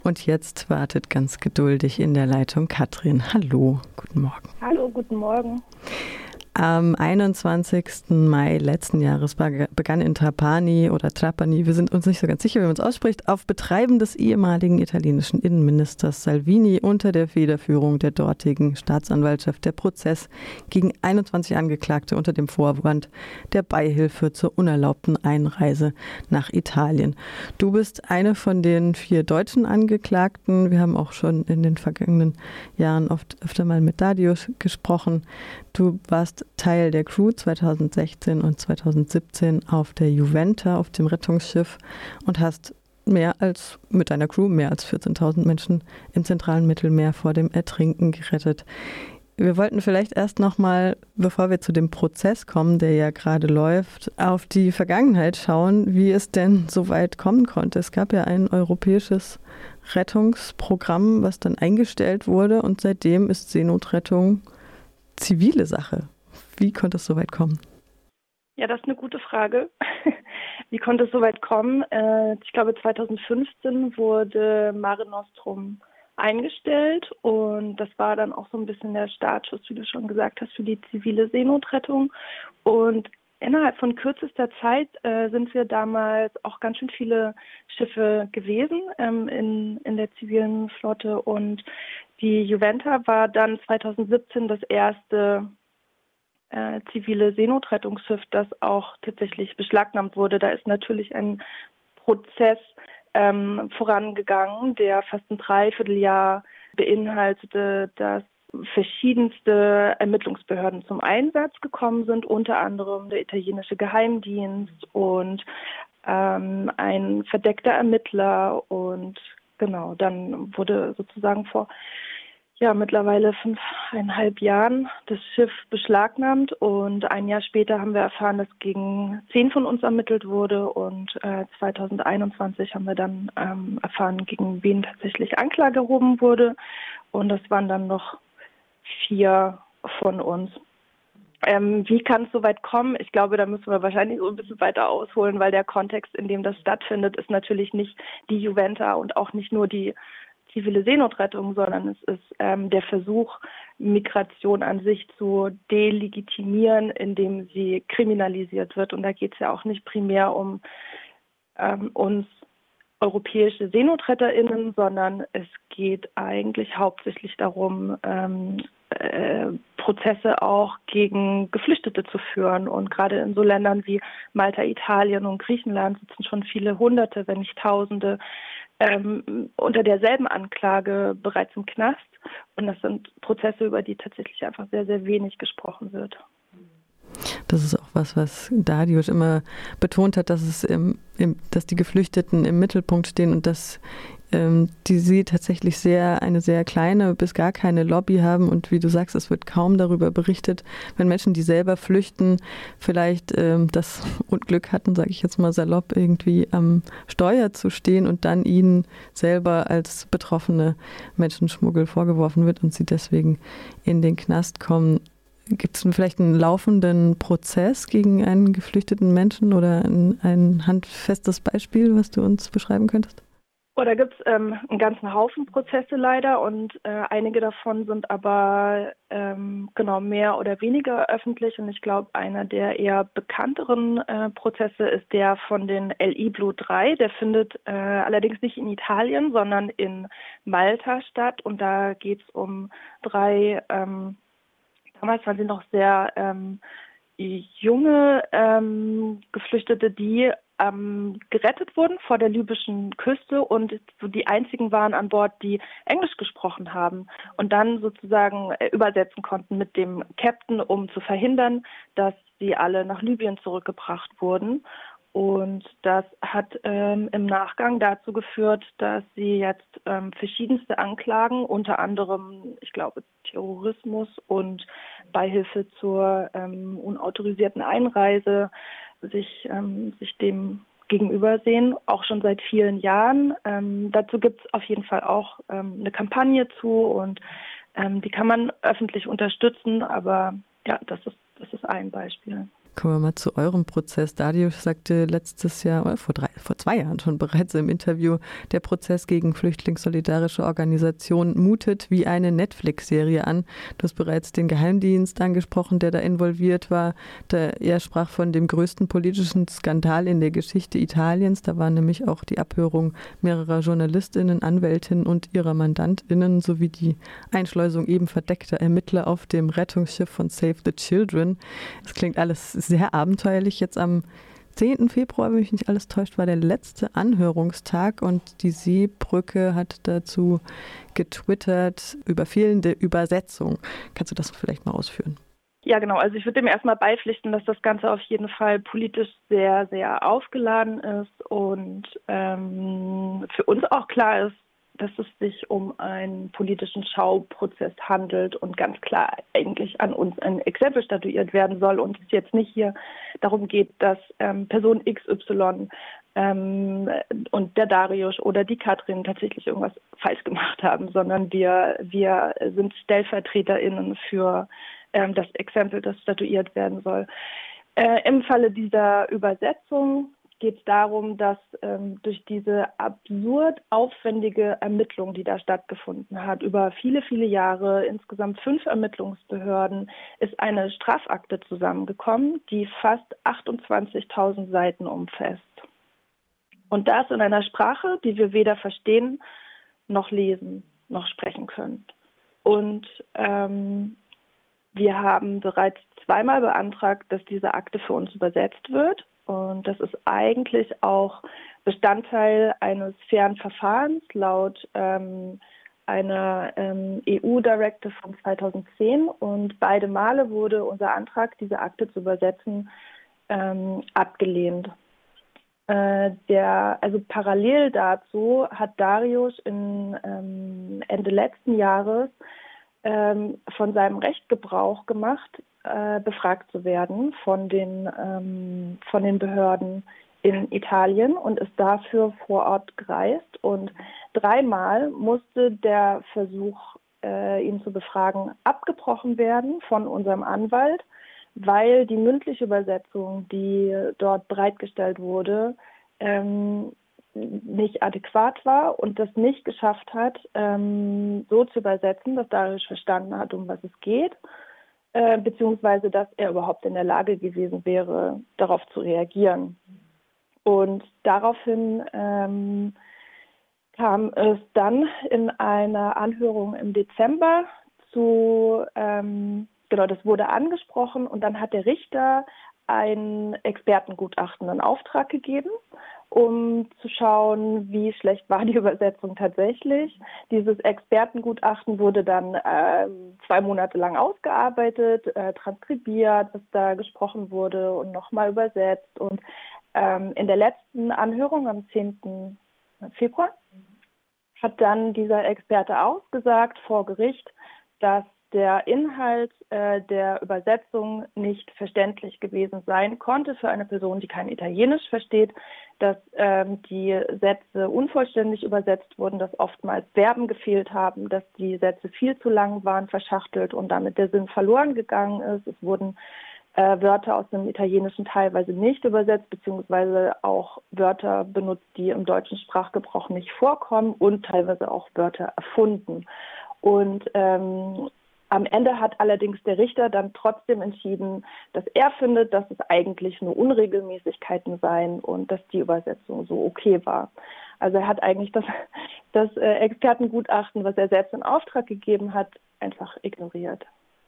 Und jetzt wartet ganz geduldig in der Leitung Katrin. Hallo, guten Morgen. Hallo, guten Morgen. Am 21. Mai letzten Jahres begann in Trapani, wir sind uns nicht so ganz sicher, wie man es ausspricht, auf Betreiben des ehemaligen italienischen Innenministers Salvini unter der Federführung der dortigen Staatsanwaltschaft der Prozess gegen 21 Angeklagte unter dem Vorwand der Beihilfe zur unerlaubten Einreise nach Italien. Du bist eine von den 4 deutschen Angeklagten. Wir haben auch schon in den vergangenen Jahren öfter mal mit Dariusz gesprochen. Du warst Teil der Crew 2016 und 2017 auf der Juventa, auf dem Rettungsschiff, und hast mit deiner Crew mehr als 14.000 Menschen im zentralen Mittelmeer vor dem Ertrinken gerettet. Wir wollten vielleicht erst nochmal, bevor wir zu dem Prozess kommen, der ja gerade läuft, auf die Vergangenheit schauen, wie es denn so weit kommen konnte. Es gab ja ein europäisches Rettungsprogramm, was dann eingestellt wurde, und seitdem ist Seenotrettung zivile Sache. Wie konnte es so weit kommen? Ja, das ist eine gute Frage. Wie konnte es so weit kommen? Ich glaube, 2015 wurde Mare Nostrum eingestellt, und das war dann auch so ein bisschen der Startschuss, wie du schon gesagt hast, für die zivile Seenotrettung. Und innerhalb von kürzester Zeit sind wir damals auch ganz schön viele Schiffe gewesen in der zivilen Flotte, und die Juventa war dann 2017 das erste zivile Seenotrettungsschiff, das auch tatsächlich beschlagnahmt wurde. Da ist natürlich ein Prozess vorangegangen, der fast ein Dreivierteljahr beinhaltete, dass verschiedenste Ermittlungsbehörden zum Einsatz gekommen sind, unter anderem der italienische Geheimdienst und ein verdeckter Ermittler. Und genau, dann wurde sozusagen vor mittlerweile 5,5 Jahren das Schiff beschlagnahmt, und ein Jahr später haben wir erfahren, dass gegen 10 von uns ermittelt wurde, und 2021 haben wir dann erfahren, gegen wen tatsächlich Anklage erhoben wurde, und das waren dann noch 4 von uns. Wie kann es so weit kommen? Ich glaube, da müssen wir wahrscheinlich so ein bisschen weiter ausholen, weil der Kontext, in dem das stattfindet, ist natürlich nicht die Juventa und auch nicht nur die zivile Seenotrettung, sondern es ist der Versuch, Migration an sich zu delegitimieren, indem sie kriminalisiert wird. Und da geht es ja auch nicht primär um uns europäische SeenotretterInnen, sondern es geht eigentlich hauptsächlich darum, Prozesse auch gegen Geflüchtete zu führen. Und gerade in so Ländern wie Malta, Italien und Griechenland sitzen schon viele Hunderte, wenn nicht Tausende, unter derselben Anklage bereits im Knast. Und das sind Prozesse, über die tatsächlich einfach sehr, sehr wenig gesprochen wird. Das ist auch was Dariusz immer betont hat, dass dass die Geflüchteten im Mittelpunkt stehen und dass sie tatsächlich eine sehr kleine bis gar keine Lobby haben. Und wie du sagst, es wird kaum darüber berichtet, wenn Menschen, die selber flüchten, vielleicht das Unglück hatten, sage ich jetzt mal salopp, irgendwie am Steuer zu stehen und dann ihnen selber als betroffene Menschenschmuggel vorgeworfen wird und sie deswegen in den Knast kommen. Gibt es vielleicht einen laufenden Prozess gegen einen geflüchteten Menschen oder ein handfestes Beispiel, was du uns beschreiben könntest? Da gibt es einen ganzen Haufen Prozesse leider, und einige davon sind aber mehr oder weniger öffentlich. Und ich glaube, einer der eher bekannteren Prozesse ist der von den LI Blue 3. Der findet allerdings nicht in Italien, sondern in Malta statt. Und da geht es um 3, damals waren sie noch sehr junge Geflüchtete, die gerettet wurden vor der libyschen Küste und so die einzigen waren an Bord, die Englisch gesprochen haben und dann sozusagen übersetzen konnten mit dem Captain, um zu verhindern, dass sie alle nach Libyen zurückgebracht wurden. Und das hat im Nachgang dazu geführt, dass sie jetzt verschiedenste Anklagen, unter anderem, ich glaube, Terrorismus und Beihilfe zur unautorisierten Einreise, sich dem gegenüber sehen, auch schon seit vielen Jahren. Dazu gibt es auf jeden Fall auch eine Kampagne zu, und die kann man öffentlich unterstützen, aber ja, das ist ein Beispiel. Kommen wir mal zu eurem Prozess. Dariusz sagte letztes Jahr, oder vor 2 Jahren schon bereits im Interview, der Prozess gegen flüchtlingssolidarische Organisationen mutet wie eine Netflix-Serie an. Du hast bereits den Geheimdienst angesprochen, der da involviert war. Er sprach von dem größten politischen Skandal in der Geschichte Italiens. Da war nämlich auch die Abhörung mehrerer JournalistInnen, Anwältinnen und ihrer MandantInnen sowie die Einschleusung eben verdeckter Ermittler auf dem Rettungsschiff von Save the Children. Das klingt alles sehr abenteuerlich. Jetzt am 10. Februar, wenn mich nicht alles täuscht, war der letzte Anhörungstag und die Seebrücke hat dazu getwittert über fehlende Übersetzung. Kannst du das vielleicht mal ausführen? Ja, genau. Also ich würde dem erstmal beipflichten, dass das Ganze auf jeden Fall politisch sehr, sehr aufgeladen ist und für uns auch klar ist, dass es sich um einen politischen Schauprozess handelt und ganz klar eigentlich an uns ein Exempel statuiert werden soll und es jetzt nicht hier darum geht, dass Person XY und der Dariusz oder die Katrin tatsächlich irgendwas falsch gemacht haben, sondern wir sind StellvertreterInnen für das Exempel, das statuiert werden soll. Im Falle dieser Übersetzung geht es darum, dass durch diese absurd aufwendige Ermittlung, die da stattgefunden hat, über viele, viele Jahre, insgesamt 5 Ermittlungsbehörden, ist eine Strafakte zusammengekommen, die fast 28.000 Seiten umfasst. Und das in einer Sprache, die wir weder verstehen, noch lesen, noch sprechen können. Und wir haben bereits 2-mal beantragt, dass diese Akte für uns übersetzt wird. Und das ist eigentlich auch Bestandteil eines fairen Verfahrens laut einer EU-Directive von 2010. Und beide Male wurde unser Antrag, diese Akte zu übersetzen, abgelehnt. Also parallel dazu hat Dariusz Ende letzten Jahres von seinem Recht Gebrauch gemacht, befragt zu werden von den Behörden in Italien und ist dafür vor Ort gereist. Und 3-mal musste der Versuch, ihn zu befragen, abgebrochen werden von unserem Anwalt, weil die mündliche Übersetzung, die dort bereitgestellt wurde, nicht adäquat war und das nicht geschafft hat, so zu übersetzen, dass Dariusz verstanden hat, um was es geht, beziehungsweise dass er überhaupt in der Lage gewesen wäre, darauf zu reagieren. Und daraufhin kam es dann in einer Anhörung im Dezember zu, das wurde angesprochen und dann hat der Richter ein Expertengutachten in Auftrag gegeben, um zu schauen, wie schlecht war die Übersetzung tatsächlich. Dieses Expertengutachten wurde dann 2 Monate lang ausgearbeitet, transkribiert, was da gesprochen wurde und nochmal übersetzt. Und in der letzten Anhörung am 10. Februar hat dann dieser Experte ausgesagt vor Gericht, dass der Inhalt der Übersetzung nicht verständlich gewesen sein konnte für eine Person, die kein Italienisch versteht, dass die Sätze unvollständig übersetzt wurden, dass oftmals Verben gefehlt haben, dass die Sätze viel zu lang waren, verschachtelt und damit der Sinn verloren gegangen ist. Es wurden Wörter aus dem Italienischen teilweise nicht übersetzt, beziehungsweise auch Wörter benutzt, die im deutschen Sprachgebrauch nicht vorkommen und teilweise auch Wörter erfunden. Und am Ende hat allerdings der Richter dann trotzdem entschieden, dass er findet, dass es eigentlich nur Unregelmäßigkeiten seien und dass die Übersetzung so okay war. Also er hat eigentlich das Expertengutachten, was er selbst in Auftrag gegeben hat, einfach ignoriert.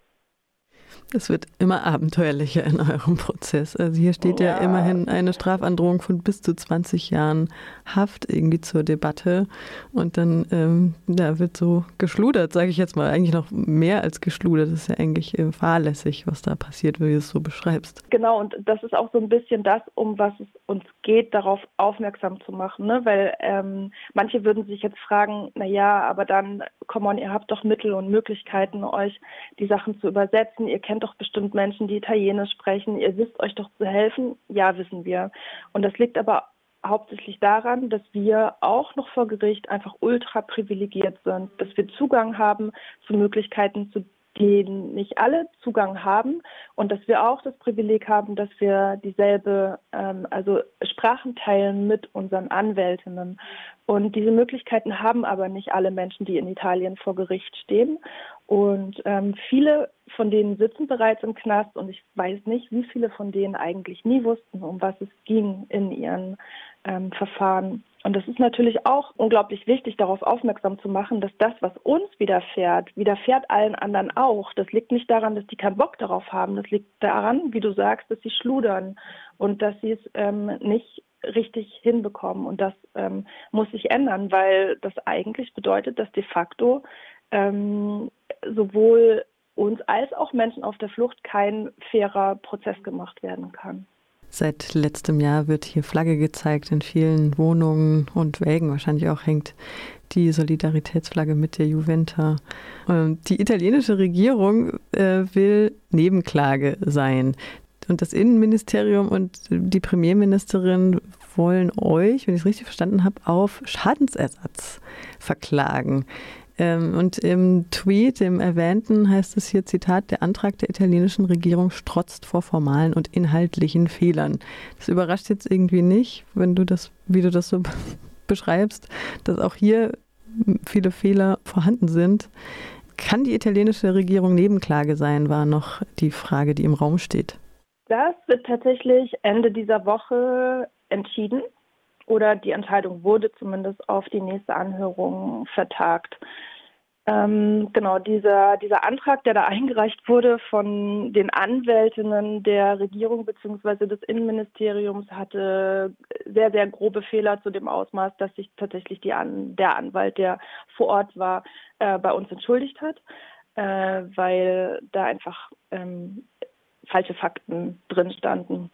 Es wird immer abenteuerlicher in eurem Prozess. Also hier steht ja immerhin eine Strafandrohung von bis zu 20 Jahren Haft irgendwie zur Debatte. Und dann wird so geschludert, sage ich jetzt mal. Eigentlich noch mehr als geschludert. Das ist ja eigentlich fahrlässig, was da passiert, wie du es so beschreibst. Genau, und das ist auch so ein bisschen das, um was es uns geht, darauf aufmerksam zu machen. Ne? Weil manche würden sich jetzt fragen, aber dann, come on, ihr habt doch Mittel und Möglichkeiten, euch die Sachen zu übersetzen. Ihr kennt doch bestimmt Menschen, die Italienisch sprechen. Ihr wisst euch doch zu helfen. Ja, wissen wir. Und das liegt aber hauptsächlich daran, dass wir auch noch vor Gericht einfach ultra privilegiert sind, dass wir Zugang haben zu Möglichkeiten, zu denen nicht alle Zugang haben und dass wir auch das Privileg haben, dass wir dieselbe, also Sprachen teilen mit unseren Anwältinnen. Und diese Möglichkeiten haben aber nicht alle Menschen, die in Italien vor Gericht stehen. Und viele von denen sitzen bereits im Knast und ich weiß nicht, wie viele von denen eigentlich nie wussten, um was es ging in ihren Verfahren. Und das ist natürlich auch unglaublich wichtig, darauf aufmerksam zu machen, dass das, was uns widerfährt allen anderen auch. Das liegt nicht daran, dass die keinen Bock darauf haben. Das liegt daran, wie du sagst, dass sie schludern und dass sie es nicht richtig hinbekommen. Und das muss sich ändern, weil das eigentlich bedeutet, dass de facto sowohl uns als auch Menschen auf der Flucht kein fairer Prozess gemacht werden kann. Seit letztem Jahr wird hier Flagge gezeigt in vielen Wohnungen und Wägen. Wahrscheinlich auch hängt die Solidaritätsflagge mit der Juventa. Die italienische Regierung will Nebenklage sein. Und das Innenministerium und die Premierministerin wollen euch, wenn ich es richtig verstanden habe, auf Schadensersatz verklagen. Und im Tweet, im erwähnten, heißt es hier, Zitat, der Antrag der italienischen Regierung strotzt vor formalen und inhaltlichen Fehlern. Das überrascht jetzt irgendwie nicht, wenn du das, wie du das so beschreibst, dass auch hier viele Fehler vorhanden sind. Kann die italienische Regierung Nebenklage sein, war noch die Frage, die im Raum steht. Das wird tatsächlich Ende dieser Woche entschieden. Oder die Entscheidung wurde zumindest auf die nächste Anhörung vertagt. Genau, dieser Antrag, der da eingereicht wurde von den Anwältinnen der Regierung bzw. des Innenministeriums, hatte sehr, sehr grobe Fehler zu dem Ausmaß, dass sich tatsächlich der Anwalt, der vor Ort war, bei uns entschuldigt hat, weil da einfach falsche Fakten drin standen.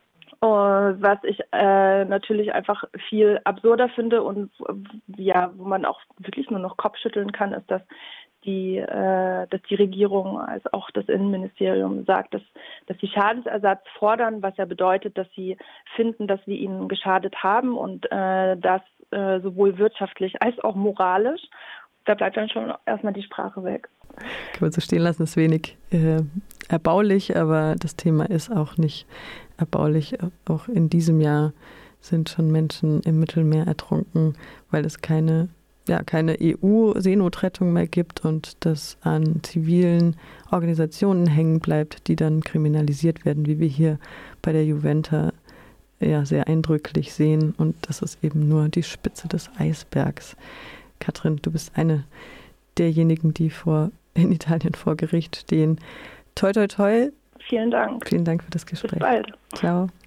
Was ich natürlich einfach viel absurder finde und ja, wo man auch wirklich nur noch Kopfschütteln kann, ist, dass die Regierung als auch das Innenministerium sagt, dass sie Schadensersatz fordern, was ja bedeutet, dass sie finden, dass wir ihnen geschadet haben und das sowohl wirtschaftlich als auch moralisch. Da bleibt dann schon erstmal die Sprache weg. Kann man so stehen lassen, ist wenig erbaulich, aber das Thema ist auch nicht erbaulich. Auch in diesem Jahr sind schon Menschen im Mittelmeer ertrunken, weil es keine EU-Seenotrettung mehr gibt und das an zivilen Organisationen hängen bleibt, die dann kriminalisiert werden, wie wir hier bei der Juventa ja sehr eindrücklich sehen. Und das ist eben nur die Spitze des Eisbergs. Katrin, du bist eine derjenigen, die in Italien vor Gericht stehen. Toi, toi, toi. Vielen Dank. Vielen Dank für das Gespräch. Bis bald. Ciao.